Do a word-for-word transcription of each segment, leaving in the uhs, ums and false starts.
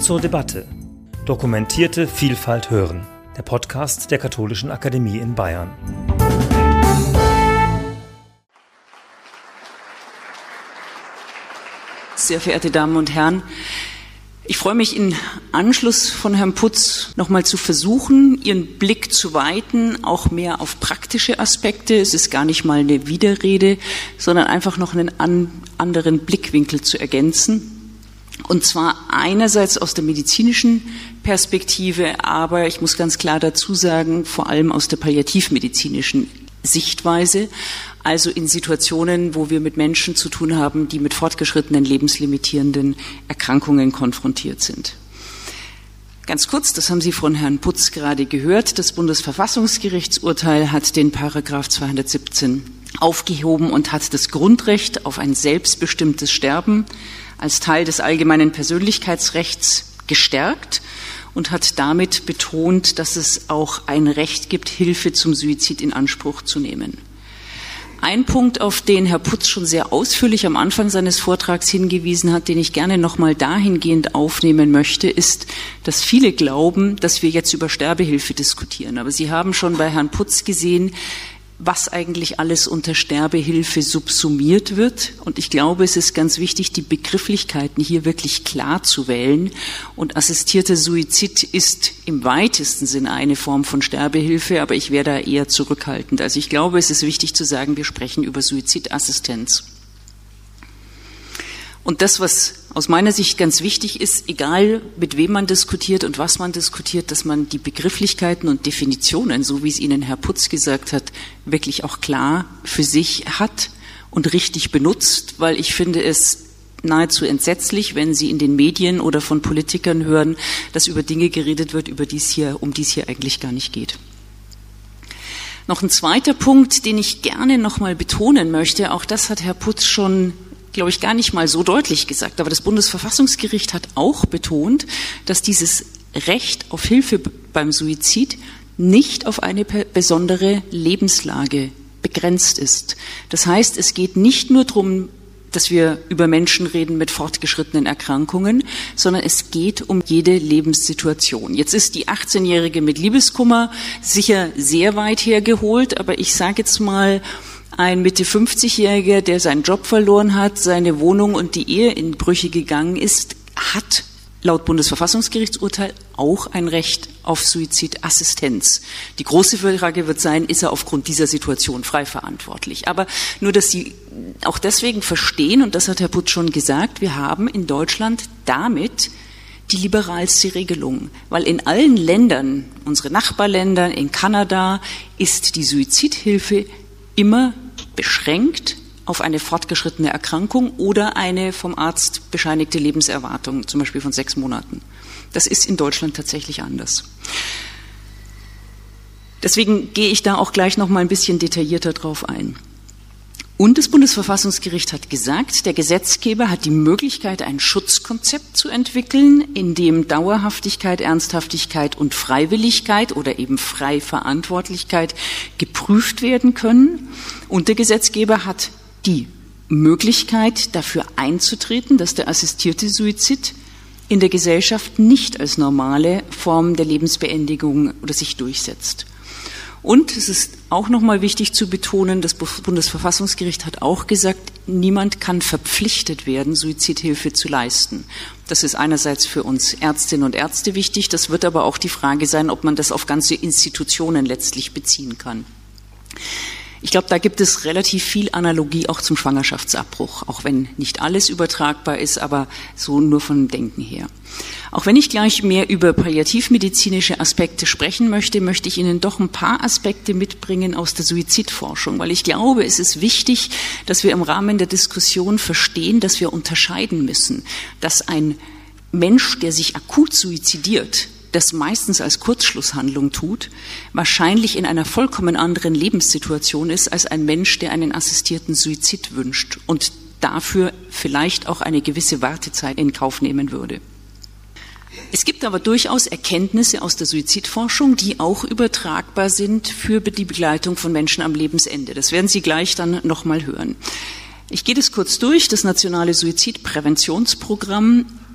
zur Debatte. Dokumentierte Vielfalt hören. Der Podcast der Katholischen Akademie in Bayern. Sehr verehrte Damen und Herren, ich freue mich, im Anschluss von Herrn Putz nochmal zu versuchen, Ihren Blick zu weiten, auch mehr auf praktische Aspekte. Es ist gar nicht mal eine Widerrede, sondern einfach noch einen an, anderen Blickwinkel zu ergänzen. Und zwar einerseits aus der medizinischen Perspektive, aber ich muss ganz klar dazu sagen, vor allem aus der palliativmedizinischen Sichtweise, also in Situationen, wo wir mit Menschen zu tun haben, die mit fortgeschrittenen lebenslimitierenden Erkrankungen konfrontiert sind. Ganz kurz, das haben Sie von Herrn Putz gerade gehört, das Bundesverfassungsgerichtsurteil hat den Paragraph zweihundertsiebzehn aufgehoben und hat das Grundrecht auf ein selbstbestimmtes Sterben als Teil des allgemeinen Persönlichkeitsrechts gestärkt und hat damit betont, dass es auch ein Recht gibt, Hilfe zum Suizid in Anspruch zu nehmen. Ein Punkt, auf den Herr Putz schon sehr ausführlich am Anfang seines Vortrags hingewiesen hat, den ich gerne nochmal dahingehend aufnehmen möchte, ist, dass viele glauben, dass wir jetzt über Sterbehilfe diskutieren. Aber Sie haben schon bei Herrn Putz gesehen, was eigentlich alles unter Sterbehilfe subsumiert wird. Und ich glaube, es ist ganz wichtig, die Begrifflichkeiten hier wirklich klar zu wählen. Und assistierter Suizid ist im weitesten Sinne eine Form von Sterbehilfe, aber ich wäre da eher zurückhaltend. Also ich glaube, es ist wichtig zu sagen, wir sprechen über Suizidassistenz. Und das, was aus meiner Sicht ganz wichtig ist, egal mit wem man diskutiert und was man diskutiert, dass man die Begrifflichkeiten und Definitionen, so wie es Ihnen Herr Putz gesagt hat, wirklich auch klar für sich hat und richtig benutzt, weil ich finde es nahezu entsetzlich, wenn Sie in den Medien oder von Politikern hören, dass über Dinge geredet wird, über die es hier, um die es hier eigentlich gar nicht geht. Noch ein zweiter Punkt, den ich gerne nochmal betonen möchte, auch das hat Herr Putz schon glaube ich, gar nicht mal so deutlich gesagt. Aber das Bundesverfassungsgericht hat auch betont, dass dieses Recht auf Hilfe beim Suizid nicht auf eine besondere Lebenslage begrenzt ist. Das heißt, es geht nicht nur darum, dass wir über Menschen reden mit fortgeschrittenen Erkrankungen, sondern es geht um jede Lebenssituation. Jetzt ist die achtzehnjährige mit Liebeskummer sicher sehr weit hergeholt, aber ich sage jetzt mal, ein Mitte fünfzigjähriger, der seinen Job verloren hat, seine Wohnung und die Ehe in Brüche gegangen ist, hat laut Bundesverfassungsgerichtsurteil auch ein Recht auf Suizidassistenz. Die große Frage wird sein, ist er aufgrund dieser Situation frei verantwortlich? Aber nur, dass Sie auch deswegen verstehen, und das hat Herr Putz schon gesagt, wir haben in Deutschland damit die liberalste Regelung, weil in allen Ländern, unsere Nachbarländer, in Kanada, ist die Suizidhilfe immer beschränkt auf eine fortgeschrittene Erkrankung oder eine vom Arzt bescheinigte Lebenserwartung, zum Beispiel von sechs Monaten. Das ist in Deutschland tatsächlich anders. Deswegen gehe ich da auch gleich noch mal ein bisschen detaillierter drauf ein. Und das Bundesverfassungsgericht hat gesagt, der Gesetzgeber hat die Möglichkeit, ein Schutzkonzept zu entwickeln, in dem Dauerhaftigkeit, Ernsthaftigkeit und Freiwilligkeit oder eben Freiverantwortlichkeit geprüft werden können. Und der Gesetzgeber hat die Möglichkeit, dafür einzutreten, dass der assistierte Suizid in der Gesellschaft nicht als normale Form der Lebensbeendigung oder sich durchsetzt. Und es ist auch nochmal wichtig zu betonen, das Bundesverfassungsgericht hat auch gesagt, niemand kann verpflichtet werden, Suizidhilfe zu leisten. Das ist einerseits für uns Ärztinnen und Ärzte wichtig, das wird aber auch die Frage sein, ob man das auf ganze Institutionen letztlich beziehen kann. Ich glaube, da gibt es relativ viel Analogie auch zum Schwangerschaftsabbruch, auch wenn nicht alles übertragbar ist, aber so nur von Denken her. Auch wenn ich gleich mehr über palliativmedizinische Aspekte sprechen möchte, möchte ich Ihnen doch ein paar Aspekte mitbringen aus der Suizidforschung, weil ich glaube, es ist wichtig, dass wir im Rahmen der Diskussion verstehen, dass wir unterscheiden müssen, dass ein Mensch, der sich akut suizidiert, das meistens als Kurzschlusshandlung tut, wahrscheinlich in einer vollkommen anderen Lebenssituation ist als ein Mensch, der einen assistierten Suizid wünscht und dafür vielleicht auch eine gewisse Wartezeit in Kauf nehmen würde. Es gibt aber durchaus Erkenntnisse aus der Suizidforschung, die auch übertragbar sind für die Begleitung von Menschen am Lebensende. Das werden Sie gleich dann nochmal hören. Ich gehe das kurz durch. Das nationale Suizidpräventionsprogramm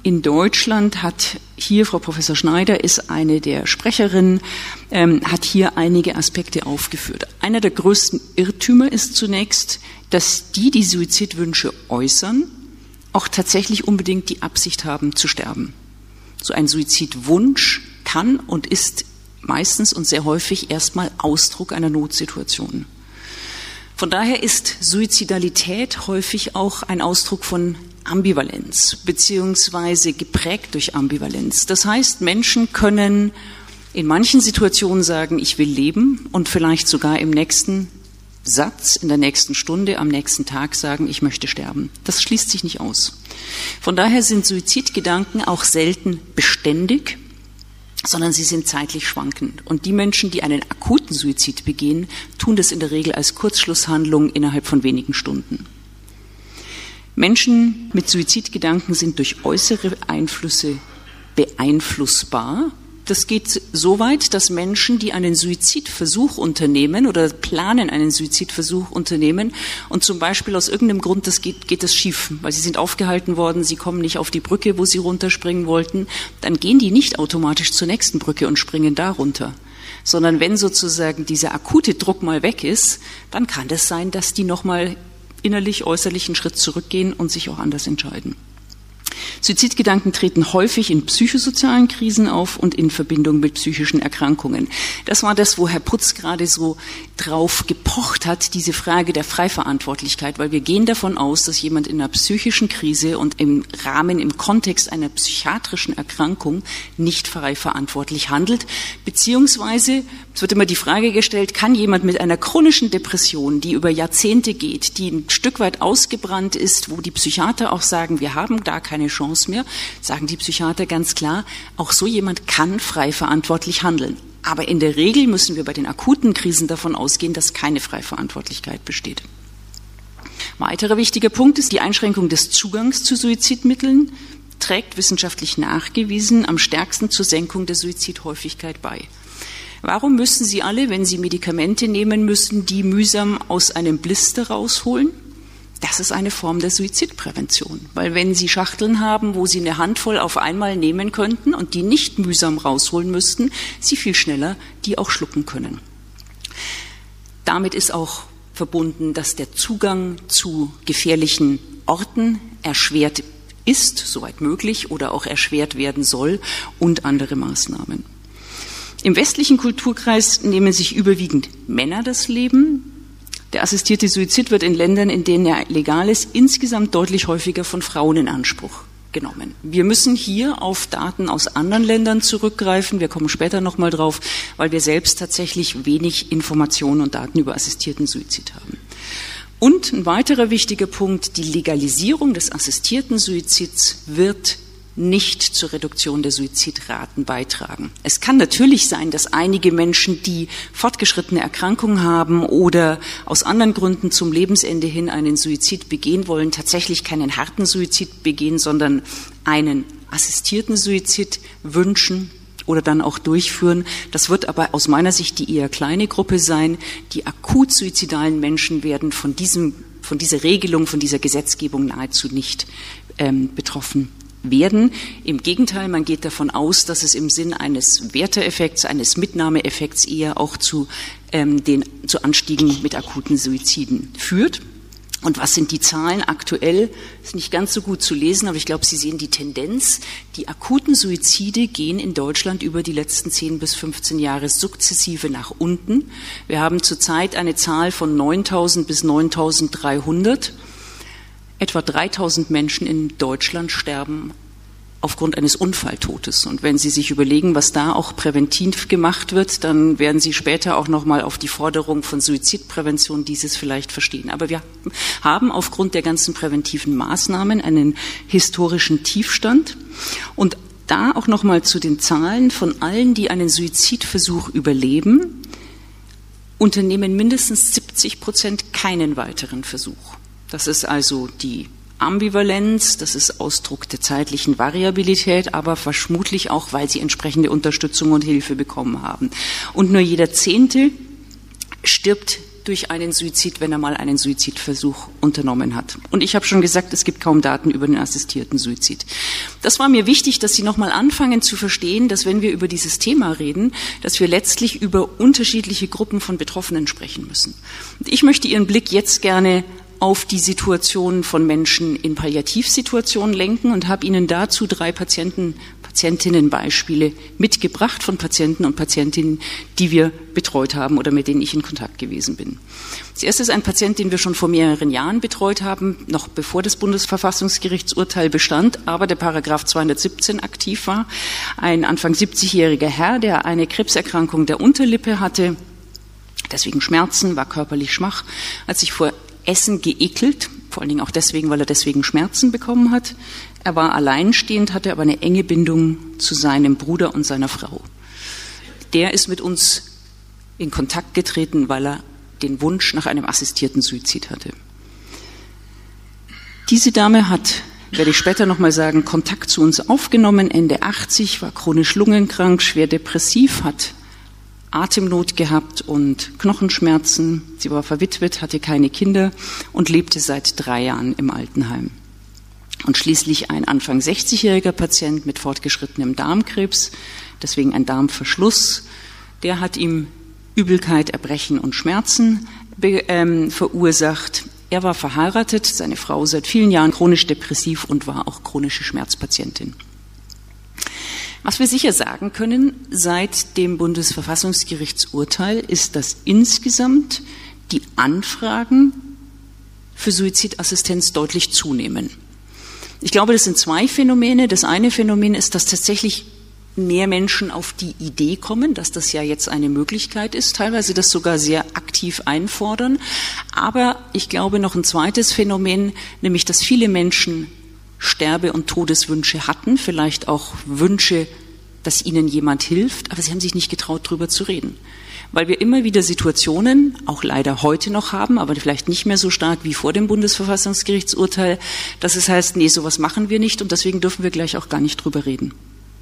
in Deutschland hat hier, Frau Professor Schneider ist eine der Sprecherinnen, ähm, hat hier einige Aspekte aufgeführt. Einer der größten Irrtümer ist zunächst, dass die, die Suizidwünsche äußern, auch tatsächlich unbedingt die Absicht haben, zu sterben. So ein Suizidwunsch kann und ist meistens und sehr häufig erstmal Ausdruck einer Notsituation. Von daher ist Suizidalität häufig auch ein Ausdruck von Ambivalenz, beziehungsweise geprägt durch Ambivalenz. Das heißt, Menschen können in manchen Situationen sagen, ich will leben, und vielleicht sogar im nächsten Satz, in der nächsten Stunde, am nächsten Tag sagen, ich möchte sterben. Das schließt sich nicht aus. Von daher sind Suizidgedanken auch selten beständig, sondern sie sind zeitlich schwankend. Und die Menschen, die einen akuten Suizid begehen, tun das in der Regel als Kurzschlusshandlung innerhalb von wenigen Stunden. Menschen mit Suizidgedanken sind durch äußere Einflüsse beeinflussbar. Das geht so weit, dass Menschen, die einen Suizidversuch unternehmen oder planen, einen Suizidversuch unternehmen und zum Beispiel aus irgendeinem Grund das geht, geht das schief, weil sie sind aufgehalten worden, sie kommen nicht auf die Brücke, wo sie runterspringen wollten, dann gehen die nicht automatisch zur nächsten Brücke und springen da runter. Sondern wenn sozusagen dieser akute Druck mal weg ist, dann kann das sein, dass die nochmal innerlich, äußerlich einen Schritt zurückgehen und sich auch anders entscheiden. Suizidgedanken treten häufig in psychosozialen Krisen auf und in Verbindung mit psychischen Erkrankungen. Das war das, wo Herr Putz gerade so drauf gepocht hat, diese Frage der Freiverantwortlichkeit, weil wir gehen davon aus, dass jemand in einer psychischen Krise und im Rahmen, im Kontext einer psychiatrischen Erkrankung nicht frei verantwortlich handelt, beziehungsweise, es wird immer die Frage gestellt, kann jemand mit einer chronischen Depression, die über Jahrzehnte geht, die ein Stück weit ausgebrannt ist, wo die Psychiater auch sagen, wir haben da keine Chance mehr, sagen die Psychiater ganz klar, auch so jemand kann frei verantwortlich handeln. Aber in der Regel müssen wir bei den akuten Krisen davon ausgehen, dass keine Freiverantwortlichkeit besteht. Weiterer wichtiger Punkt ist die Einschränkung des Zugangs zu Suizidmitteln, trägt wissenschaftlich nachgewiesen am stärksten zur Senkung der Suizidhäufigkeit bei. Warum müssen Sie alle, wenn Sie Medikamente nehmen müssen, die mühsam aus einem Blister rausholen? Das ist eine Form der Suizidprävention, weil wenn Sie Schachteln haben, wo Sie eine Handvoll auf einmal nehmen könnten und die nicht mühsam rausholen müssten, Sie viel schneller die auch schlucken können. Damit ist auch verbunden, dass der Zugang zu gefährlichen Orten erschwert ist, soweit möglich, oder auch erschwert werden soll, und andere Maßnahmen. Im westlichen Kulturkreis nehmen sich überwiegend Männer das Leben. Der assistierte Suizid wird in Ländern, in denen er legal ist, insgesamt deutlich häufiger von Frauen in Anspruch genommen. Wir müssen hier auf Daten aus anderen Ländern zurückgreifen. Wir kommen später noch mal drauf, weil wir selbst tatsächlich wenig Informationen und Daten über assistierten Suizid haben. Und ein weiterer wichtiger Punkt, die Legalisierung des assistierten Suizids wird nicht zur Reduktion der Suizidraten beitragen. Es kann natürlich sein, dass einige Menschen, die fortgeschrittene Erkrankungen haben oder aus anderen Gründen zum Lebensende hin einen Suizid begehen wollen, tatsächlich keinen harten Suizid begehen, sondern einen assistierten Suizid wünschen oder dann auch durchführen. Das wird aber aus meiner Sicht die eher kleine Gruppe sein. Die akut suizidalen Menschen werden von diesem, von dieser Regelung, von dieser Gesetzgebung nahezu nicht ähm, betroffen werden. Im Gegenteil, man geht davon aus, dass es im Sinn eines Werteeffekts, eines Mitnahmeeffekts eher auch zu, ähm, den, zu Anstiegen mit akuten Suiziden führt. Und was sind die Zahlen aktuell? Ist nicht ganz so gut zu lesen, aber ich glaube, Sie sehen die Tendenz. Die akuten Suizide gehen in Deutschland über die letzten zehn bis fünfzehn Jahre sukzessive nach unten. Wir haben zurzeit eine Zahl von neuntausend bis neuntausenddreihundert. Etwa dreitausend Menschen in Deutschland sterben aufgrund eines Unfalltodes. Und wenn Sie sich überlegen, was da auch präventiv gemacht wird, dann werden Sie später auch noch mal auf die Forderung von Suizidprävention dieses vielleicht verstehen. Aber wir haben aufgrund der ganzen präventiven Maßnahmen einen historischen Tiefstand. Und da auch noch mal zu den Zahlen von allen, die einen Suizidversuch überleben, unternehmen mindestens siebzig Prozent keinen weiteren Versuch. Das ist also die Ambivalenz, das ist Ausdruck der zeitlichen Variabilität, aber vermutlich auch, weil sie entsprechende Unterstützung und Hilfe bekommen haben. Und nur jeder Zehnte stirbt durch einen Suizid, wenn er mal einen Suizidversuch unternommen hat. Und ich habe schon gesagt, es gibt kaum Daten über den assistierten Suizid. Das war mir wichtig, dass Sie nochmal anfangen zu verstehen, dass wenn wir über dieses Thema reden, dass wir letztlich über unterschiedliche Gruppen von Betroffenen sprechen müssen. Und ich möchte Ihren Blick jetzt gerne auf die Situation von Menschen in Palliativsituationen lenken und habe Ihnen dazu drei Patienten, Patientinnenbeispiele mitgebracht von Patienten und Patientinnen, die wir betreut haben oder mit denen ich in Kontakt gewesen bin. Das erste ist ein Patient, den wir schon vor mehreren Jahren betreut haben, noch bevor das Bundesverfassungsgerichtsurteil bestand, aber der Paragraph zweihundertsiebzehn aktiv war. Ein Anfang siebzigjähriger Herr, der eine Krebserkrankung der Unterlippe hatte, deswegen Schmerzen, war körperlich schwach, hat sich vor Essen geekelt, vor allen Dingen auch deswegen, weil er deswegen Schmerzen bekommen hat. Er war alleinstehend, hatte aber eine enge Bindung zu seinem Bruder und seiner Frau. Der ist mit uns in Kontakt getreten, weil er den Wunsch nach einem assistierten Suizid hatte. Diese Dame hat, werde ich später nochmal sagen, Kontakt zu uns aufgenommen, Ende achtzig, war chronisch lungenkrank, schwer depressiv, hat Atemnot gehabt und Knochenschmerzen. Sie war verwitwet, hatte keine Kinder und lebte seit drei Jahren im Altenheim. Und schließlich ein Anfang sechzigjähriger Patient mit fortgeschrittenem Darmkrebs, deswegen ein Darmverschluss, der hat ihm Übelkeit, Erbrechen und Schmerzen be- ähm, verursacht. Er war verheiratet, seine Frau seit vielen Jahren chronisch depressiv und war auch chronische Schmerzpatientin. Was wir sicher sagen können, seit dem Bundesverfassungsgerichtsurteil ist, dass insgesamt die Anfragen für Suizidassistenz deutlich zunehmen. Ich glaube, das sind zwei Phänomene. Das eine Phänomen ist, dass tatsächlich mehr Menschen auf die Idee kommen, dass das ja jetzt eine Möglichkeit ist, teilweise das sogar sehr aktiv einfordern. Aber ich glaube noch ein zweites Phänomen, nämlich dass viele Menschen Sterbe- und Todeswünsche hatten, vielleicht auch Wünsche, dass ihnen jemand hilft, aber sie haben sich nicht getraut, darüber zu reden. Weil wir immer wieder Situationen, auch leider heute noch haben, aber vielleicht nicht mehr so stark wie vor dem Bundesverfassungsgerichtsurteil, dass es heißt, nee, sowas machen wir nicht und deswegen dürfen wir gleich auch gar nicht drüber reden.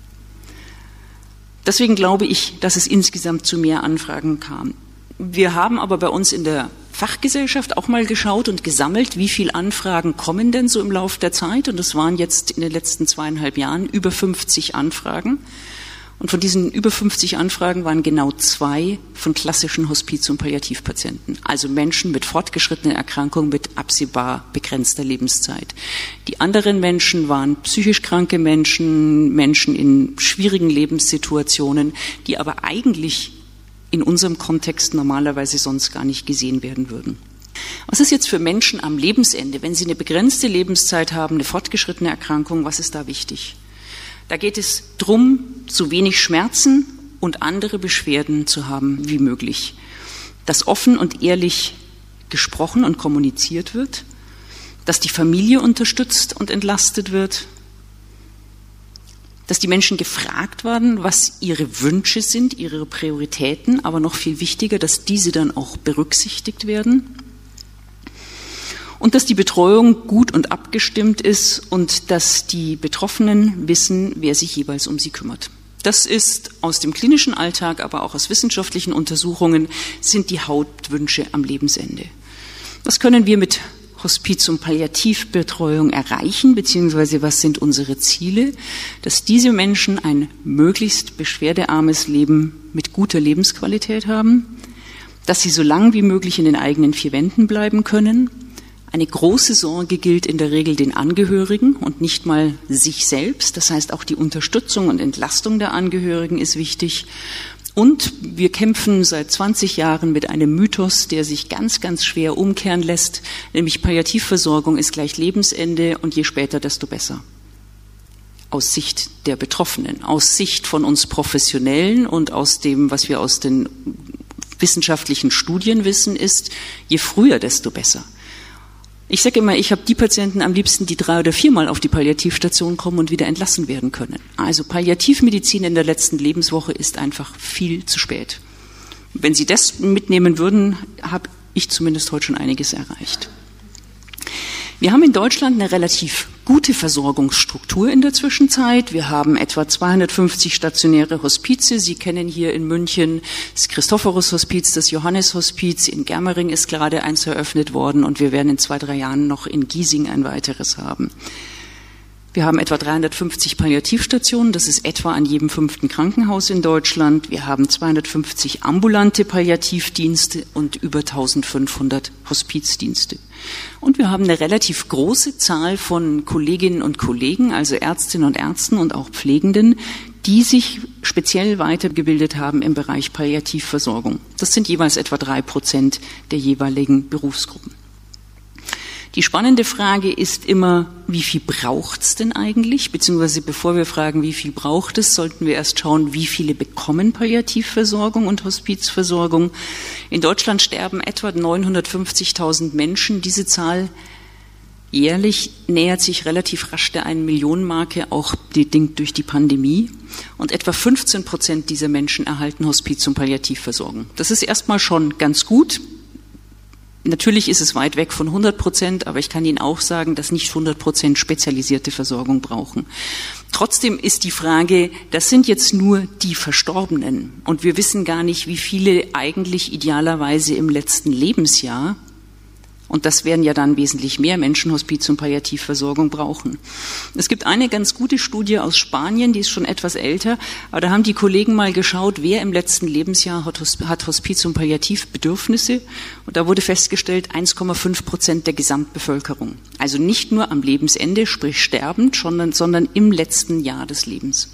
Deswegen glaube ich, dass es insgesamt zu mehr Anfragen kam. Wir haben aber bei uns in der Fachgesellschaft auch mal geschaut und gesammelt, wie viele Anfragen kommen denn so im Laufe der Zeit. Und das waren jetzt in den letzten zweieinhalb Jahren über fünfzig Anfragen. Und von diesen über fünfzig Anfragen waren genau zwei von klassischen Hospiz- und Palliativpatienten. Also Menschen mit fortgeschrittenen Erkrankungen mit absehbar begrenzter Lebenszeit. Die anderen Menschen waren psychisch kranke Menschen, Menschen in schwierigen Lebenssituationen, die aber eigentlich in unserem Kontext normalerweise sonst gar nicht gesehen werden würden. Was ist jetzt für Menschen am Lebensende, wenn sie eine begrenzte Lebenszeit haben, eine fortgeschrittene Erkrankung, was ist da wichtig? Da geht es darum, so wenig Schmerzen und andere Beschwerden zu haben wie möglich. Dass offen und ehrlich gesprochen und kommuniziert wird, dass die Familie unterstützt und entlastet wird, dass die Menschen gefragt werden, was ihre Wünsche sind, ihre Prioritäten, aber noch viel wichtiger, dass diese dann auch berücksichtigt werden und dass die Betreuung gut und abgestimmt ist und dass die Betroffenen wissen, wer sich jeweils um sie kümmert. Das ist aus dem klinischen Alltag, aber auch aus wissenschaftlichen Untersuchungen, sind die Hauptwünsche am Lebensende. Was können wir mit Hospiz- und Palliativbetreuung erreichen, beziehungsweise was sind unsere Ziele, dass diese Menschen ein möglichst beschwerdearmes Leben mit guter Lebensqualität haben, dass sie so lang wie möglich in den eigenen vier Wänden bleiben können. Eine große Sorge gilt in der Regel den Angehörigen und nicht mal sich selbst. Das heißt, auch die Unterstützung und Entlastung der Angehörigen ist wichtig. Und wir kämpfen seit zwanzig Jahren mit einem Mythos, der sich ganz, ganz schwer umkehren lässt, nämlich Palliativversorgung ist gleich Lebensende und je später, desto besser. Aus Sicht der Betroffenen, aus Sicht von uns Professionellen und aus dem, was wir aus den wissenschaftlichen Studien wissen, ist, je früher, desto besser. Ich sage immer, ich habe die Patienten am liebsten, die drei oder viermal auf die Palliativstation kommen und wieder entlassen werden können. Also Palliativmedizin in der letzten Lebenswoche ist einfach viel zu spät. Wenn Sie das mitnehmen würden, habe ich zumindest heute schon einiges erreicht. Wir haben in Deutschland eine relativ gute Versorgungsstruktur in der Zwischenzeit. Wir haben etwa zweihundertfünfzig stationäre Hospize. Sie kennen hier in München das Christophorus-Hospiz, das Johannes-Hospiz. In Germering ist gerade eins eröffnet worden und wir werden in zwei, drei Jahren noch in Giesing ein weiteres haben. Wir haben etwa dreihundertfünfzig Palliativstationen, das ist etwa an jedem fünften Krankenhaus in Deutschland. Wir haben zweihundertfünfzig ambulante Palliativdienste und über eintausendfünfhundert Hospizdienste. Und wir haben eine relativ große Zahl von Kolleginnen und Kollegen, also Ärztinnen und Ärzten und auch Pflegenden, die sich speziell weitergebildet haben im Bereich Palliativversorgung. Das sind jeweils etwa drei Prozent der jeweiligen Berufsgruppen. Die spannende Frage ist immer, wie viel braucht's denn eigentlich? Beziehungsweise bevor wir fragen, wie viel braucht es, sollten wir erst schauen, wie viele bekommen Palliativversorgung und Hospizversorgung. In Deutschland sterben etwa neunhundertfünfzigtausend Menschen. Diese Zahl jährlich nähert sich relativ rasch der ein-Millionen-Marke, auch bedingt durch die Pandemie. Und etwa fünfzehn Prozent dieser Menschen erhalten Hospiz- und Palliativversorgung. Das ist erstmal schon ganz gut. Natürlich ist es weit weg von hundert Prozent, aber ich kann Ihnen auch sagen, dass nicht hundert Prozent spezialisierte Versorgung brauchen. Trotzdem ist die Frage, das sind jetzt nur die Verstorbenen und wir wissen gar nicht, wie viele eigentlich idealerweise im letzten Lebensjahr, und das werden ja dann wesentlich mehr Menschen Hospiz- und Palliativversorgung brauchen. Es gibt eine ganz gute Studie aus Spanien, die ist schon etwas älter, aber da haben die Kollegen mal geschaut, wer im letzten Lebensjahr hat Hospiz- und Palliativbedürfnisse. Und da wurde festgestellt, eins Komma fünf Prozent der Gesamtbevölkerung. Also nicht nur am Lebensende, sprich sterbend, sondern, sondern im letzten Jahr des Lebens.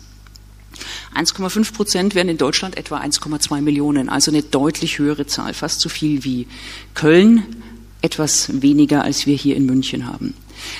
eins Komma fünf Prozent wären in Deutschland etwa eins Komma zwei Millionen, also eine deutlich höhere Zahl, fast so viel wie Köln, etwas weniger, als wir hier in München haben.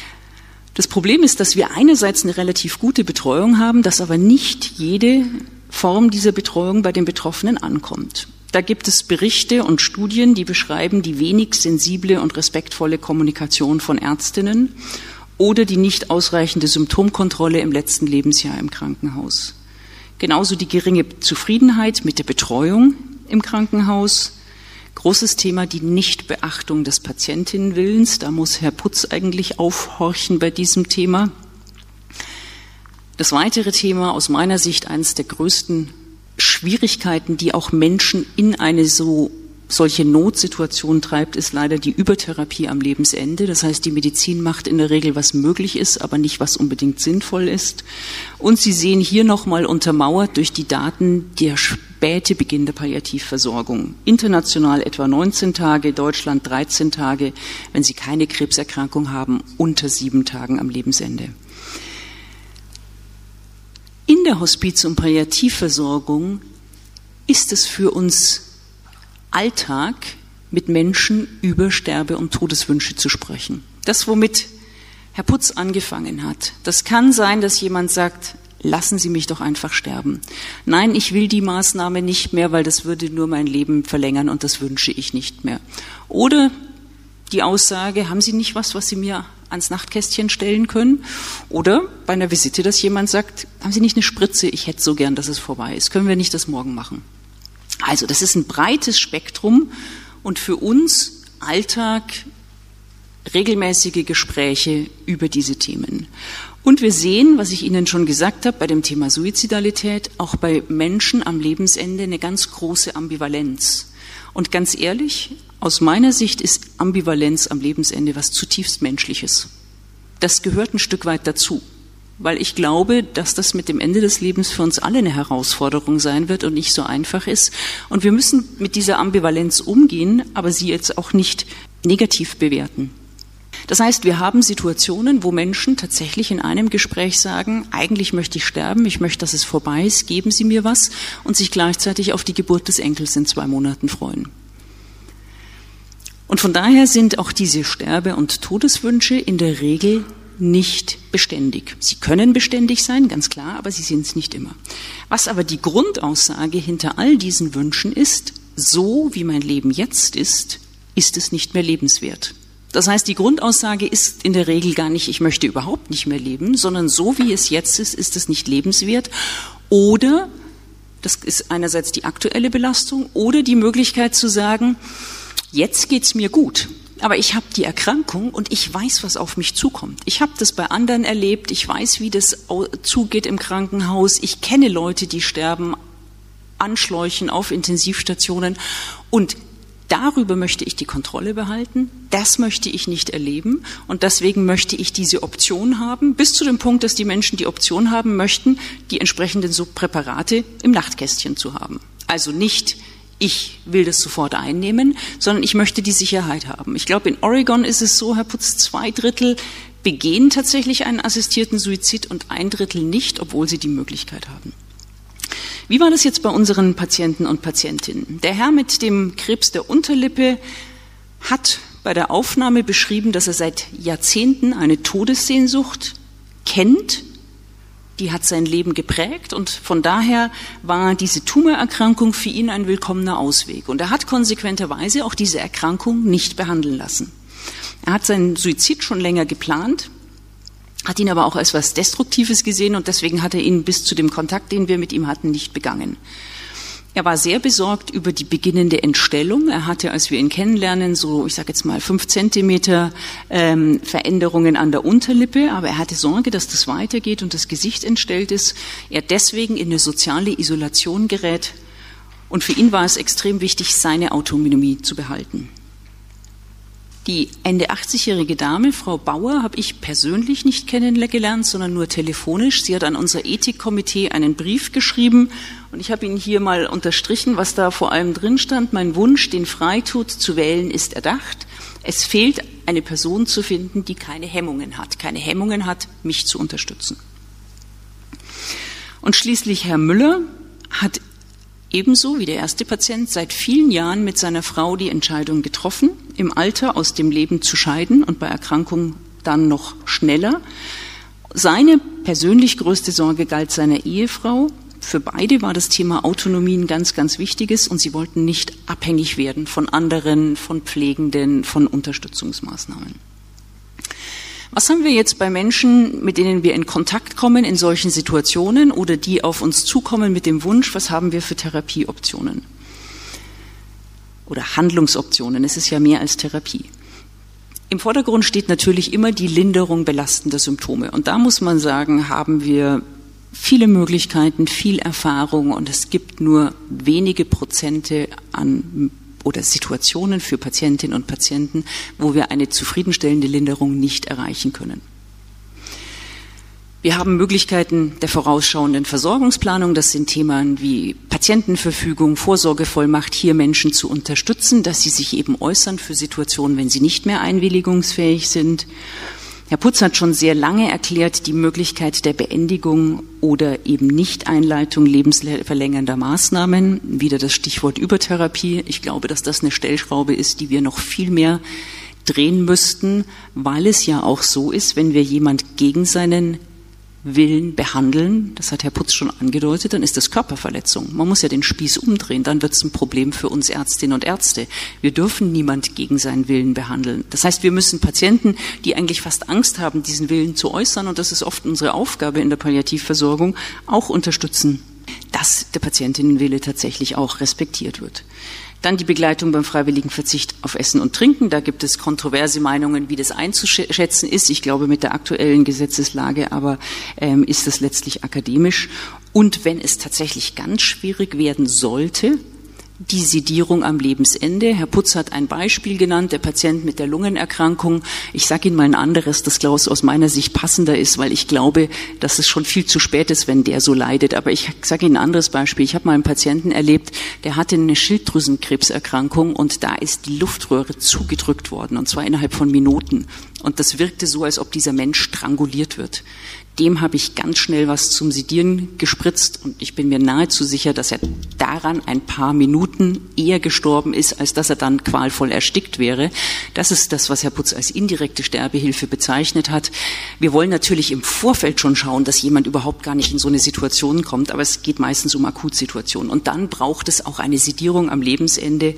Das Problem ist, dass wir einerseits eine relativ gute Betreuung haben, dass aber nicht jede Form dieser Betreuung bei den Betroffenen ankommt. Da gibt es Berichte und Studien, die beschreiben die wenig sensible und respektvolle Kommunikation von Ärztinnen oder die nicht ausreichende Symptomkontrolle im letzten Lebensjahr im Krankenhaus. Genauso die geringe Zufriedenheit mit der Betreuung im Krankenhaus. Großes Thema, die Nichtbeachtung des Patientinnenwillens. Da muss Herr Putz eigentlich aufhorchen bei diesem Thema. Das weitere Thema, aus meiner Sicht eines der größten Schwierigkeiten, die auch Menschen in eine so solche Notsituation treibt, ist leider die Übertherapie am Lebensende. Das heißt, die Medizin macht in der Regel, was möglich ist, aber nicht, was unbedingt sinnvoll ist. Und Sie sehen hier nochmal untermauert durch die Daten der späte Beginn der Palliativversorgung. International etwa neunzehn Tage, Deutschland dreizehn Tage, wenn Sie keine Krebserkrankung haben, unter sieben Tagen am Lebensende. In der Hospiz- und Palliativversorgung ist es für uns Alltag, mit Menschen über Sterbe- und Todeswünsche zu sprechen. Das, womit Herr Putz angefangen hat, das kann sein, dass jemand sagt, lassen Sie mich doch einfach sterben. Nein, ich will die Maßnahme nicht mehr, weil das würde nur mein Leben verlängern und das wünsche ich nicht mehr. Oder die Aussage, haben Sie nicht was, was Sie mir ans Nachtkästchen stellen können? Oder bei einer Visite, dass jemand sagt, haben Sie nicht eine Spritze, ich hätte so gern, dass es vorbei ist. Können wir nicht das morgen machen? Also das ist ein breites Spektrum und für uns Alltag, regelmäßige Gespräche über diese Themen. Und wir sehen, was ich Ihnen schon gesagt habe, bei dem Thema Suizidalität, auch bei Menschen am Lebensende eine ganz große Ambivalenz. Und ganz ehrlich, aus meiner Sicht ist Ambivalenz am Lebensende was zutiefst Menschliches. Das gehört ein Stück weit dazu. Weil ich glaube, dass das mit dem Ende des Lebens für uns alle eine Herausforderung sein wird und nicht so einfach ist. Und wir müssen mit dieser Ambivalenz umgehen, aber sie jetzt auch nicht negativ bewerten. Das heißt, wir haben Situationen, wo Menschen tatsächlich in einem Gespräch sagen, eigentlich möchte ich sterben, ich möchte, dass es vorbei ist, geben Sie mir was, und sich gleichzeitig auf die Geburt des Enkels in zwei Monaten freuen. Und von daher sind auch diese Sterbe- und Todeswünsche in der Regel nicht beständig. Sie können beständig sein, ganz klar, aber sie sind es nicht immer. Was aber die Grundaussage hinter all diesen Wünschen ist, so wie mein Leben jetzt ist, ist es nicht mehr lebenswert. Das heißt, die Grundaussage ist in der Regel gar nicht, ich möchte überhaupt nicht mehr leben, sondern so wie es jetzt ist, ist es nicht lebenswert. Oder, das ist einerseits die aktuelle Belastung, oder die Möglichkeit zu sagen, jetzt geht's mir gut. aber ich habe die Erkrankung und ich weiß, was auf mich zukommt. Ich habe das bei anderen erlebt, ich weiß, wie das zugeht im Krankenhaus, ich kenne Leute, die sterben an Schläuchen auf Intensivstationen und darüber möchte ich die Kontrolle behalten, das möchte ich nicht erleben und deswegen möchte ich diese Option haben, bis zu dem Punkt, dass die Menschen die Option haben möchten, die entsprechenden Präparate im Nachtkästchen zu haben. Also nicht, ich will das sofort einnehmen, sondern ich möchte die Sicherheit haben. Ich glaube, in Oregon ist es so, Herr Putz, zwei Drittel begehen tatsächlich einen assistierten Suizid und ein Drittel nicht, obwohl sie die Möglichkeit haben. Wie war das jetzt bei unseren Patienten und Patientinnen? Der Herr mit dem Krebs der Unterlippe hat bei der Aufnahme beschrieben, dass er seit Jahrzehnten eine Todessehnsucht kennt. Die hat sein Leben geprägt und von daher war diese Tumorerkrankung für ihn ein willkommener Ausweg. Und er hat konsequenterweise auch diese Erkrankung nicht behandeln lassen. Er hat seinen Suizid schon länger geplant, hat ihn aber auch als was Destruktives gesehen und deswegen hat er ihn bis zu dem Kontakt, den wir mit ihm hatten, nicht begangen. Er war sehr besorgt über die beginnende Entstellung. Er hatte, als wir ihn kennenlernen, so, ich sage jetzt mal, fünf Zentimeter ähm, Veränderungen an der Unterlippe, aber er hatte Sorge, dass das weitergeht und das Gesicht entstellt ist. Er deswegen in eine soziale Isolation gerät und für ihn war es extrem wichtig, seine Autonomie zu behalten. Die Ende achtzigjährige Dame, Frau Bauer, habe ich persönlich nicht kennengelernt, sondern nur telefonisch. Sie hat an unser Ethikkomitee einen Brief geschrieben und ich habe Ihnen hier mal unterstrichen, was da vor allem drin stand. Mein Wunsch, den Freitod zu wählen, ist erdacht. Es fehlt, eine Person zu finden, die keine Hemmungen hat, keine Hemmungen hat, mich zu unterstützen. Und schließlich Herr Müller hat ebenso wie der erste Patient seit vielen Jahren mit seiner Frau die Entscheidung getroffen, im Alter aus dem Leben zu scheiden und bei Erkrankung dann noch schneller. Seine persönlich größte Sorge galt seiner Ehefrau. Für beide war das Thema Autonomie ein ganz, ganz wichtiges und sie wollten nicht abhängig werden von anderen, von Pflegenden, von Unterstützungsmaßnahmen. Was haben wir jetzt bei Menschen, mit denen wir in Kontakt kommen in solchen Situationen oder die auf uns zukommen mit dem Wunsch, was haben wir für Therapieoptionen? Oder Handlungsoptionen, es ist ja mehr als Therapie. Im Vordergrund steht natürlich immer die Linderung belastender Symptome. Und da muss man sagen, haben wir viele Möglichkeiten, viel Erfahrung und es gibt nur wenige Prozente an oder Situationen für Patientinnen und Patienten, wo wir eine zufriedenstellende Linderung nicht erreichen können. Wir haben Möglichkeiten der vorausschauenden Versorgungsplanung. Das sind Themen wie Patientenverfügung, Vorsorgevollmacht, hier Menschen zu unterstützen, dass sie sich eben äußern für Situationen, wenn sie nicht mehr einwilligungsfähig sind. Herr Putz hat schon sehr lange erklärt, die Möglichkeit der Beendigung oder eben Nicht-Einleitung lebensverlängernder Maßnahmen. Wieder das Stichwort Übertherapie. Ich glaube, dass das eine Stellschraube ist, die wir noch viel mehr drehen müssten, weil es ja auch so ist, wenn wir jemand gegen seinen Willen behandeln, das hat Herr Putz schon angedeutet, dann ist das Körperverletzung. Man muss ja den Spieß umdrehen, dann wird es ein Problem für uns Ärztinnen und Ärzte. Wir dürfen niemand gegen seinen Willen behandeln. Das heißt, wir müssen Patienten, die eigentlich fast Angst haben, diesen Willen zu äußern, und das ist oft unsere Aufgabe in der Palliativversorgung, auch unterstützen, dass der Patientinnenwille tatsächlich auch respektiert wird. Dann die Begleitung beim freiwilligen Verzicht auf Essen und Trinken. Da gibt es kontroverse Meinungen, wie das einzuschätzen ist. Ich glaube, mit der aktuellen Gesetzeslage aber ähm, ist das letztlich akademisch. Und wenn es tatsächlich ganz schwierig werden sollte, die Sedierung am Lebensende. Herr Putz hat ein Beispiel genannt, der Patient mit der Lungenerkrankung. Ich sage Ihnen mal ein anderes, das Klaus aus meiner Sicht passender ist, weil ich glaube, dass es schon viel zu spät ist, wenn der so leidet. Aber ich sage Ihnen ein anderes Beispiel. Ich habe mal einen Patienten erlebt, der hatte eine Schilddrüsenkrebserkrankung und da ist die Luftröhre zugedrückt worden, und zwar innerhalb von Minuten. Und das wirkte so, als ob dieser Mensch stranguliert wird. Dem habe ich ganz schnell was zum Sedieren gespritzt und ich bin mir nahezu sicher, dass er daran ein paar Minuten eher gestorben ist, als dass er dann qualvoll erstickt wäre. Das ist das, was Herr Putz als indirekte Sterbehilfe bezeichnet hat. Wir wollen natürlich im Vorfeld schon schauen, dass jemand überhaupt gar nicht in so eine Situation kommt, aber es geht meistens um Akutsituationen. Und dann braucht es auch eine Sedierung am Lebensende,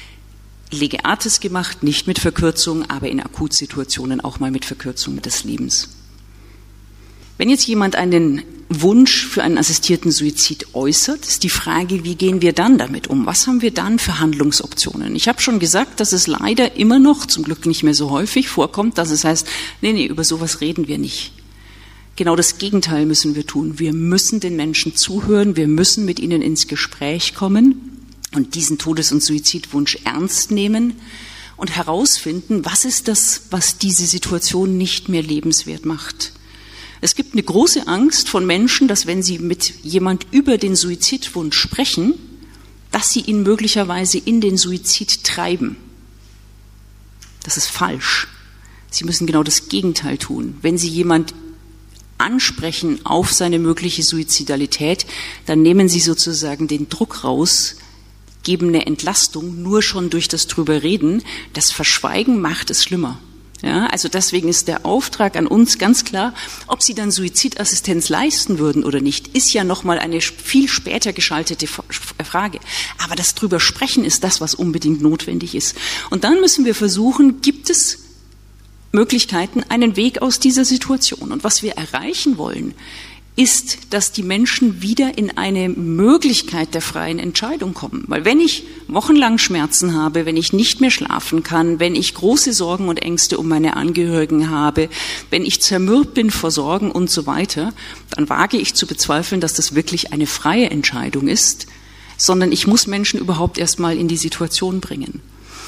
lege artis gemacht, nicht mit Verkürzung, aber in Akutsituationen auch mal mit Verkürzung des Lebens. Wenn jetzt jemand einen Wunsch für einen assistierten Suizid äußert, ist die Frage, wie gehen wir dann damit um? Was haben wir dann für Handlungsoptionen? Ich habe schon gesagt, dass es leider immer noch, zum Glück nicht mehr so häufig, vorkommt, dass es heißt, nee, nee, über sowas reden wir nicht. Genau das Gegenteil müssen wir tun. Wir müssen den Menschen zuhören, wir müssen mit ihnen ins Gespräch kommen und diesen Todes- und Suizidwunsch ernst nehmen und herausfinden, was ist das, was diese Situation nicht mehr lebenswert macht. Es gibt eine große Angst von Menschen, dass wenn sie mit jemand über den Suizidwunsch sprechen, dass sie ihn möglicherweise in den Suizid treiben. Das ist falsch. Sie müssen genau das Gegenteil tun. Wenn Sie jemand ansprechen auf seine mögliche Suizidalität, dann nehmen Sie sozusagen den Druck raus, geben eine Entlastung nur schon durch das drüber reden. Das Verschweigen macht es schlimmer. Ja, also deswegen ist der Auftrag an uns ganz klar, ob Sie dann Suizidassistenz leisten würden oder nicht, ist ja nochmal eine viel später geschaltete Frage. Aber das drüber sprechen ist das, was unbedingt notwendig ist. Und dann müssen wir versuchen, gibt es Möglichkeiten, einen Weg aus dieser Situation. Und was wir erreichen wollen, ist, dass die Menschen wieder in eine Möglichkeit der freien Entscheidung kommen. Weil wenn ich wochenlang Schmerzen habe, wenn ich nicht mehr schlafen kann, wenn ich große Sorgen und Ängste um meine Angehörigen habe, wenn ich zermürbt bin vor Sorgen und so weiter, dann wage ich zu bezweifeln, dass das wirklich eine freie Entscheidung ist, sondern ich muss Menschen überhaupt erst mal in die Situation bringen.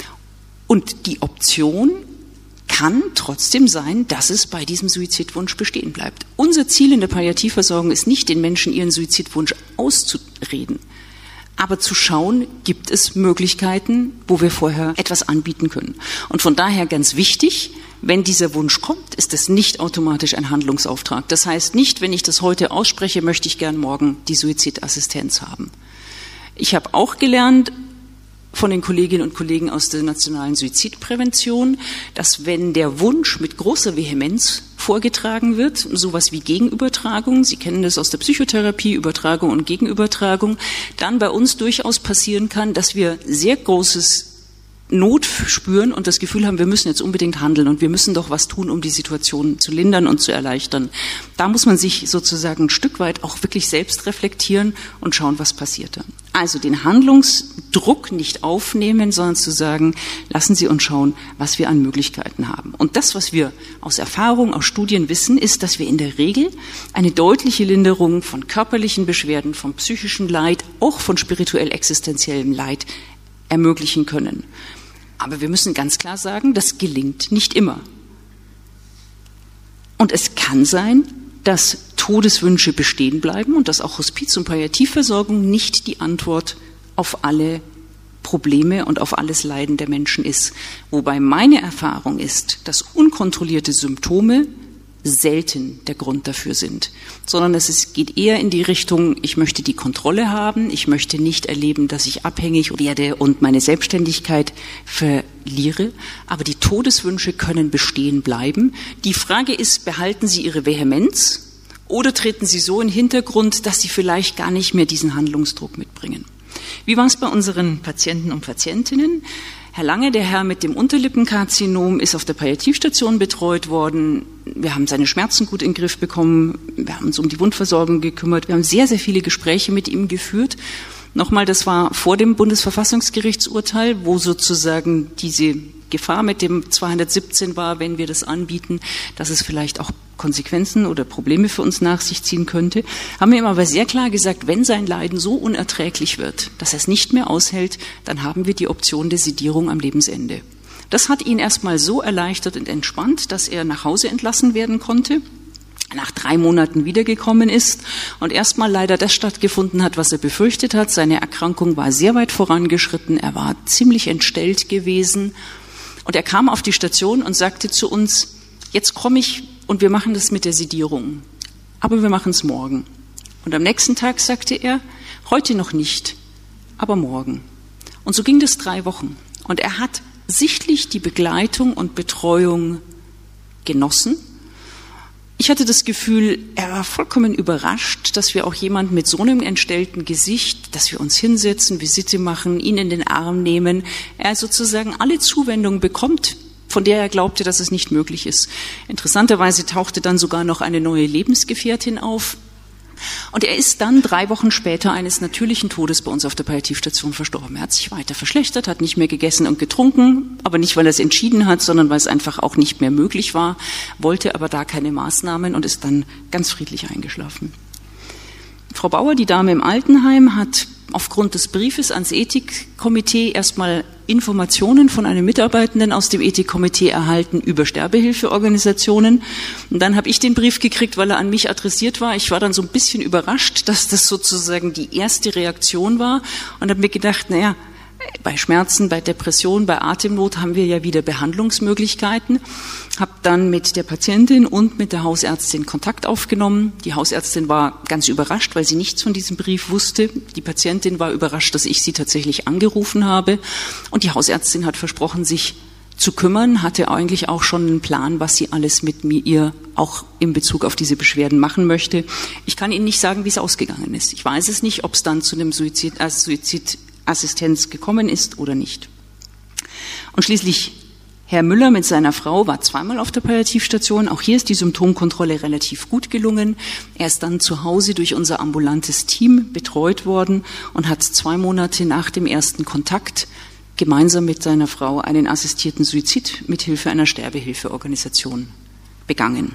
Und die Option kann trotzdem sein, dass es bei diesem Suizidwunsch bestehen bleibt. Unser Ziel in der Palliativversorgung ist nicht, den Menschen ihren Suizidwunsch auszureden, aber zu schauen, gibt es Möglichkeiten, wo wir vorher etwas anbieten können. Und von daher ganz wichtig, wenn dieser Wunsch kommt, ist es nicht automatisch ein Handlungsauftrag. Das heißt nicht, wenn ich das heute ausspreche, möchte ich gern morgen die Suizidassistenz haben. Ich habe auch gelernt, von den Kolleginnen und Kollegen aus der nationalen Suizidprävention, dass wenn der Wunsch mit großer Vehemenz vorgetragen wird, sowas wie Gegenübertragung, Sie kennen das aus der Psychotherapie, Übertragung und Gegenübertragung, dann bei uns durchaus passieren kann, dass wir sehr großes Not spüren und das Gefühl haben, wir müssen jetzt unbedingt handeln und wir müssen doch was tun, um die Situation zu lindern und zu erleichtern. Da muss man sich sozusagen ein Stück weit auch wirklich selbst reflektieren und schauen, was passiert da. Also den Handlungsdruck nicht aufnehmen, sondern zu sagen, lassen Sie uns schauen, was wir an Möglichkeiten haben. Und das, was wir aus Erfahrung, aus Studien wissen, ist, dass wir in der Regel eine deutliche Linderung von körperlichen Beschwerden, vom psychischen Leid, auch von spirituell-existenziellem Leid ermöglichen können. Aber wir müssen ganz klar sagen, das gelingt nicht immer. Und es kann sein, dass Todeswünsche bestehen bleiben und dass auch Hospiz- und Palliativversorgung nicht die Antwort auf alle Probleme und auf alles Leiden der Menschen ist. Wobei meine Erfahrung ist, dass unkontrollierte Symptome selten der Grund dafür sind, sondern es ist, geht eher in die Richtung, ich möchte die Kontrolle haben, ich möchte nicht erleben, dass ich abhängig werde und meine Selbstständigkeit verliere, aber die Todeswünsche können bestehen bleiben. Die Frage ist, behalten Sie Ihre Vehemenz oder treten Sie so in den Hintergrund, dass Sie vielleicht gar nicht mehr diesen Handlungsdruck mitbringen? Wie war es bei unseren Patienten und Patientinnen? Herr Lange, der Herr mit dem Unterlippenkarzinom, ist auf der Palliativstation betreut worden. Wir haben seine Schmerzen gut in den Griff bekommen. Wir haben uns um die Wundversorgung gekümmert. Wir haben sehr, sehr viele Gespräche mit ihm geführt. Nochmal, das war vor dem Bundesverfassungsgerichtsurteil, wo sozusagen diese Gefahr mit dem zweihundertsiebzehn war, wenn wir das anbieten, dass es vielleicht auch Konsequenzen oder Probleme für uns nach sich ziehen könnte. Haben wir ihm aber sehr klar gesagt, wenn sein Leiden so unerträglich wird, dass er es nicht mehr aushält, dann haben wir die Option der Sedierung am Lebensende. Das hat ihn erstmal so erleichtert und entspannt, dass er nach Hause entlassen werden konnte, nach drei Monaten wiedergekommen ist und erstmal leider das stattgefunden hat, was er befürchtet hat. Seine Erkrankung war sehr weit vorangeschritten, er war ziemlich entstellt gewesen und er kam auf die Station und sagte zu uns, jetzt komme ich und wir machen das mit der Sedierung, aber wir machen es morgen. Und am nächsten Tag sagte er, heute noch nicht, aber morgen. Und so ging das drei Wochen. Und er hat sichtlich die Begleitung und Betreuung genossen. Ich hatte das Gefühl, er war vollkommen überrascht, dass wir auch jemand mit so einem entstellten Gesicht, dass wir uns hinsetzen, Visite machen, ihn in den Arm nehmen, er sozusagen alle Zuwendung bekommt, von der er glaubte, dass es nicht möglich ist. Interessanterweise tauchte dann sogar noch eine neue Lebensgefährtin auf. Und er ist dann drei Wochen später eines natürlichen Todes bei uns auf der Palliativstation verstorben. Er hat sich weiter verschlechtert, hat nicht mehr gegessen und getrunken, aber nicht, weil er es entschieden hat, sondern weil es einfach auch nicht mehr möglich war, wollte aber da keine Maßnahmen und ist dann ganz friedlich eingeschlafen. Frau Bauer, die Dame im Altenheim, hat aufgrund des Briefes ans Ethikkomitee erstmal Informationen von einem Mitarbeitenden aus dem Ethikkomitee erhalten über Sterbehilfeorganisationen. Und dann habe ich den Brief gekriegt, weil er an mich adressiert war. Ich war dann so ein bisschen überrascht, dass das sozusagen die erste Reaktion war und habe mir gedacht, naja, bei Schmerzen, bei Depression, bei Atemnot haben wir ja wieder Behandlungsmöglichkeiten. Habe dann mit der Patientin und mit der Hausärztin Kontakt aufgenommen. Die Hausärztin war ganz überrascht, weil sie nichts von diesem Brief wusste. Die Patientin war überrascht, dass ich sie tatsächlich angerufen habe. Und die Hausärztin hat versprochen, sich zu kümmern, hatte eigentlich auch schon einen Plan, was sie alles mit mir ihr auch in Bezug auf diese Beschwerden machen möchte. Ich kann Ihnen nicht sagen, wie es ausgegangen ist. Ich weiß es nicht, ob es dann zu einem Suizid, äh, Suizid Assistenz gekommen ist oder nicht. Und schließlich Herr Müller mit seiner Frau war zweimal auf der Palliativstation. Auch hier ist die Symptomkontrolle relativ gut gelungen. Er ist dann zu Hause durch unser ambulantes Team betreut worden und hat zwei Monate nach dem ersten Kontakt gemeinsam mit seiner Frau einen assistierten Suizid mit Hilfe einer Sterbehilfeorganisation begangen.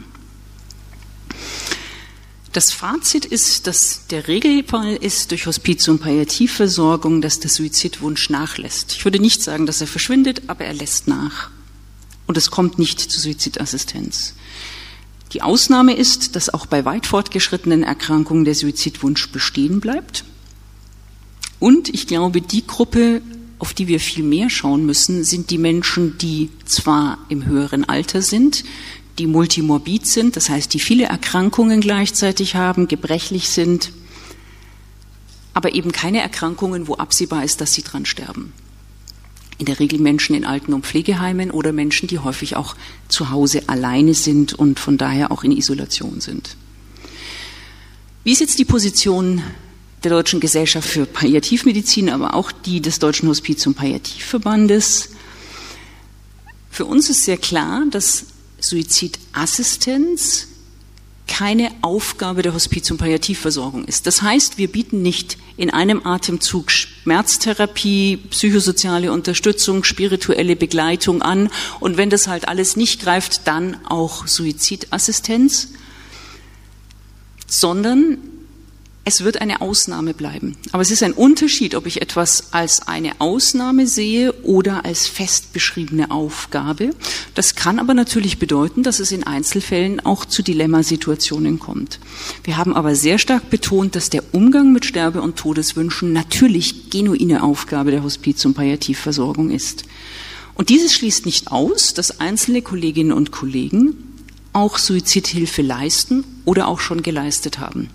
Das Fazit ist, dass der Regelfall ist durch Hospiz- und Palliativversorgung, dass der Suizidwunsch nachlässt. Ich würde nicht sagen, dass er verschwindet, aber er lässt nach. Und es kommt nicht zu Suizidassistenz. Die Ausnahme ist, dass auch bei weit fortgeschrittenen Erkrankungen der Suizidwunsch bestehen bleibt. Und ich glaube, die Gruppe, auf die wir viel mehr schauen müssen, sind die Menschen, die zwar im höheren Alter sind, die multimorbid sind, das heißt, die viele Erkrankungen gleichzeitig haben, gebrechlich sind, aber eben keine Erkrankungen, wo absehbar ist, dass sie dran sterben. In der Regel Menschen in Alten- und Pflegeheimen oder Menschen, die häufig auch zu Hause alleine sind und von daher auch in Isolation sind. Wie ist jetzt die Position der Deutschen Gesellschaft für Palliativmedizin, aber auch die des Deutschen Hospiz- und Palliativverbandes? Für uns ist sehr klar, dass Suizidassistenz keine Aufgabe der Hospiz- und Palliativversorgung ist. Das heißt, wir bieten nicht in einem Atemzug Schmerztherapie, psychosoziale Unterstützung, spirituelle Begleitung an und wenn das halt alles nicht greift, dann auch Suizidassistenz, sondern es wird eine Ausnahme bleiben. Aber es ist ein Unterschied, ob ich etwas als eine Ausnahme sehe oder als fest beschriebene Aufgabe. Das kann aber natürlich bedeuten, dass es in Einzelfällen auch zu Dilemmasituationen kommt. Wir haben aber sehr stark betont, dass der Umgang mit Sterbe- und Todeswünschen natürlich genuine Aufgabe der Hospiz- und Palliativversorgung ist. Und dieses schließt nicht aus, dass einzelne Kolleginnen und Kollegen auch Suizidhilfe leisten oder auch schon geleistet haben.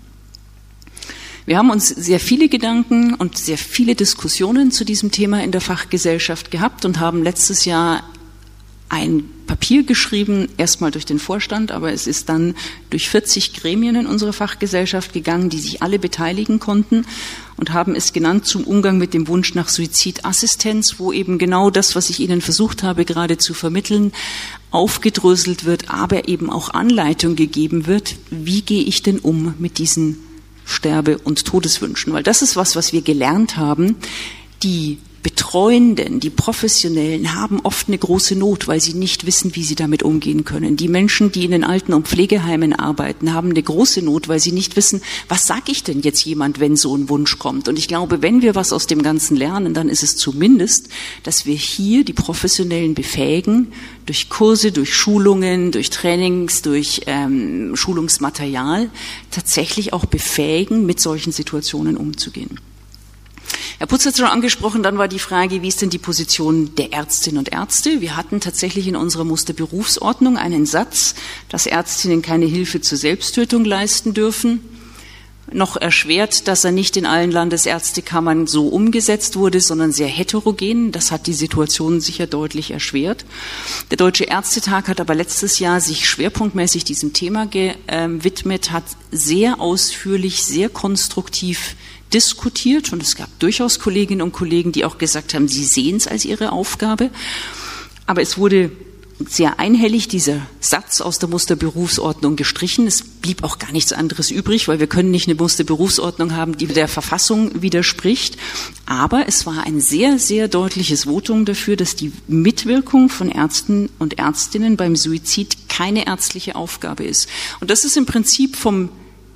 Wir haben uns sehr viele Gedanken und sehr viele Diskussionen zu diesem Thema in der Fachgesellschaft gehabt und haben letztes Jahr ein Papier geschrieben, erstmal durch den Vorstand, aber es ist dann durch vierzig Gremien in unserer Fachgesellschaft gegangen, die sich alle beteiligen konnten und haben es genannt zum Umgang mit dem Wunsch nach Suizidassistenz, wo eben genau das, was ich Ihnen versucht habe gerade zu vermitteln, aufgedröselt wird, aber eben auch Anleitung gegeben wird, wie gehe ich denn um mit diesen Sterbe- und Todeswünschen, weil das ist was, was wir gelernt haben. Die Betreuenden, die Professionellen haben oft eine große Not, weil sie nicht wissen, wie sie damit umgehen können. Die Menschen, die in den Alten- und Pflegeheimen arbeiten, haben eine große Not, weil sie nicht wissen, was sage ich denn jetzt jemand, wenn so ein Wunsch kommt. Und ich glaube, wenn wir was aus dem Ganzen lernen, dann ist es zumindest, dass wir hier die Professionellen befähigen, durch Kurse, durch Schulungen, durch Trainings, durch ähm, Schulungsmaterial, tatsächlich auch befähigen, mit solchen Situationen umzugehen. Herr Putz hat es schon angesprochen, dann war die Frage, wie ist denn die Position der Ärztinnen und Ärzte? Wir hatten tatsächlich in unserer Musterberufsordnung einen Satz, dass Ärztinnen keine Hilfe zur Selbsttötung leisten dürfen. Noch erschwert, dass er nicht in allen Landesärztekammern so umgesetzt wurde, sondern sehr heterogen. Das hat die Situation sicher deutlich erschwert. Der Deutsche Ärztetag hat aber letztes Jahr sich schwerpunktmäßig diesem Thema gewidmet, hat sehr ausführlich, sehr konstruktiv diskutiert und es gab durchaus Kolleginnen und Kollegen, die auch gesagt haben, sie sehen es als ihre Aufgabe. Aber es wurde sehr einhellig dieser Satz aus der Musterberufsordnung gestrichen. Es blieb auch gar nichts anderes übrig, weil wir können nicht eine Musterberufsordnung haben, die der Verfassung widerspricht. Aber es war ein sehr, sehr deutliches Votum dafür, dass die Mitwirkung von Ärzten und Ärztinnen beim Suizid keine ärztliche Aufgabe ist. Und das ist im Prinzip vom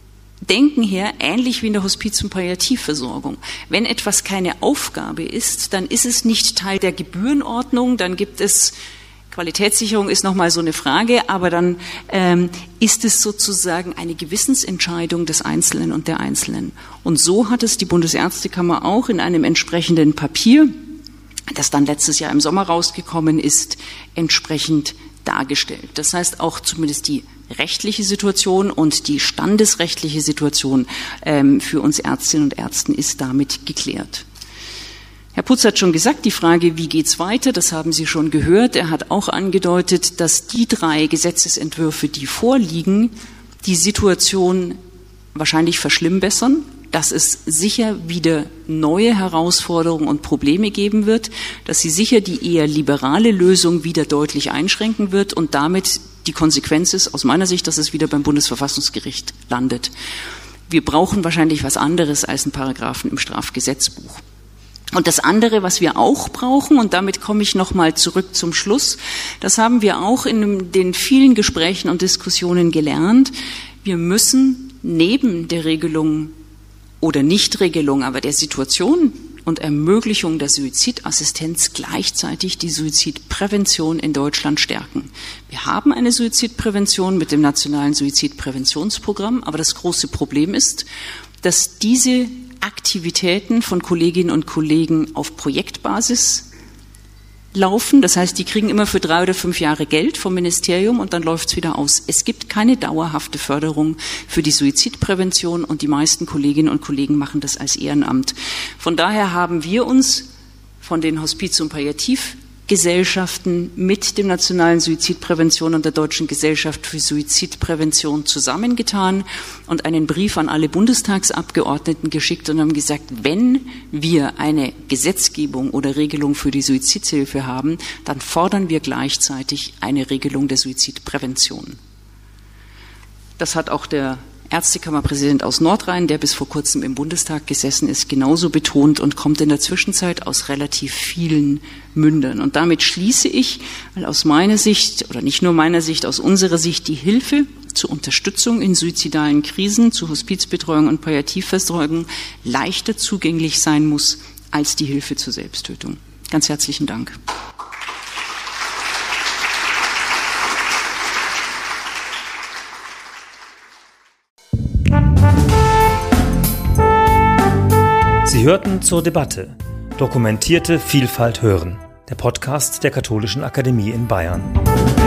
Denken her ähnlich wie in der Hospiz- und Palliativversorgung. Wenn etwas keine Aufgabe ist, dann ist es nicht Teil der Gebührenordnung, dann gibt es Qualitätssicherung ist nochmal so eine Frage, aber dann ähm, ist es sozusagen eine Gewissensentscheidung des Einzelnen und der Einzelnen. Und so hat es die Bundesärztekammer auch in einem entsprechenden Papier, das dann letztes Jahr im Sommer rausgekommen ist, entsprechend dargestellt. Das heißt auch zumindest die rechtliche Situation und die standesrechtliche Situation ähm, für uns Ärztinnen und Ärzten ist damit geklärt. Herr Putz hat schon gesagt, die Frage, wie geht's weiter, das haben Sie schon gehört. Er hat auch angedeutet, dass die drei Gesetzesentwürfe, die vorliegen, die Situation wahrscheinlich verschlimmbessern, dass es sicher wieder neue Herausforderungen und Probleme geben wird, dass sie sicher die eher liberale Lösung wieder deutlich einschränken wird und damit die Konsequenz ist aus meiner Sicht, dass es wieder beim Bundesverfassungsgericht landet. Wir brauchen wahrscheinlich was anderes als einen Paragraphen im Strafgesetzbuch. Und das andere, was wir auch brauchen, und damit komme ich nochmal zurück zum Schluss, das haben wir auch in den vielen Gesprächen und Diskussionen gelernt, wir müssen neben der Regelung oder Nichtregelung, aber der Situation und Ermöglichung der Suizidassistenz gleichzeitig die Suizidprävention in Deutschland stärken. Wir haben eine Suizidprävention mit dem Nationalen Suizidpräventionsprogramm, aber das große Problem ist, dass diese Aktivitäten von Kolleginnen und Kollegen auf Projektbasis laufen. Das heißt, die kriegen immer für drei oder fünf Jahre Geld vom Ministerium und dann läuft es wieder aus. Es gibt keine dauerhafte Förderung für die Suizidprävention und die meisten Kolleginnen und Kollegen machen das als Ehrenamt. Von daher haben wir uns von den Hospiz- und Palliativgesellschaften mit dem Nationalen Suizidprävention und der Deutschen Gesellschaft für Suizidprävention zusammengetan und einen Brief an alle Bundestagsabgeordneten geschickt und haben gesagt, wenn wir eine Gesetzgebung oder Regelung für die Suizidhilfe haben, dann fordern wir gleichzeitig eine Regelung der Suizidprävention. Das hat auch der Ärztekammerpräsident aus Nordrhein, der bis vor kurzem im Bundestag gesessen ist, genauso betont und kommt in der Zwischenzeit aus relativ vielen Mündern. Und damit schließe ich, weil aus meiner Sicht, oder nicht nur meiner Sicht, aus unserer Sicht die Hilfe zur Unterstützung in suizidalen Krisen, zur Hospizbetreuung und Palliativversorgung leichter zugänglich sein muss als die Hilfe zur Selbsttötung. Ganz herzlichen Dank. Sie hörten zur Debatte Dokumentierte Vielfalt hören, der Podcast der Katholischen Akademie in Bayern.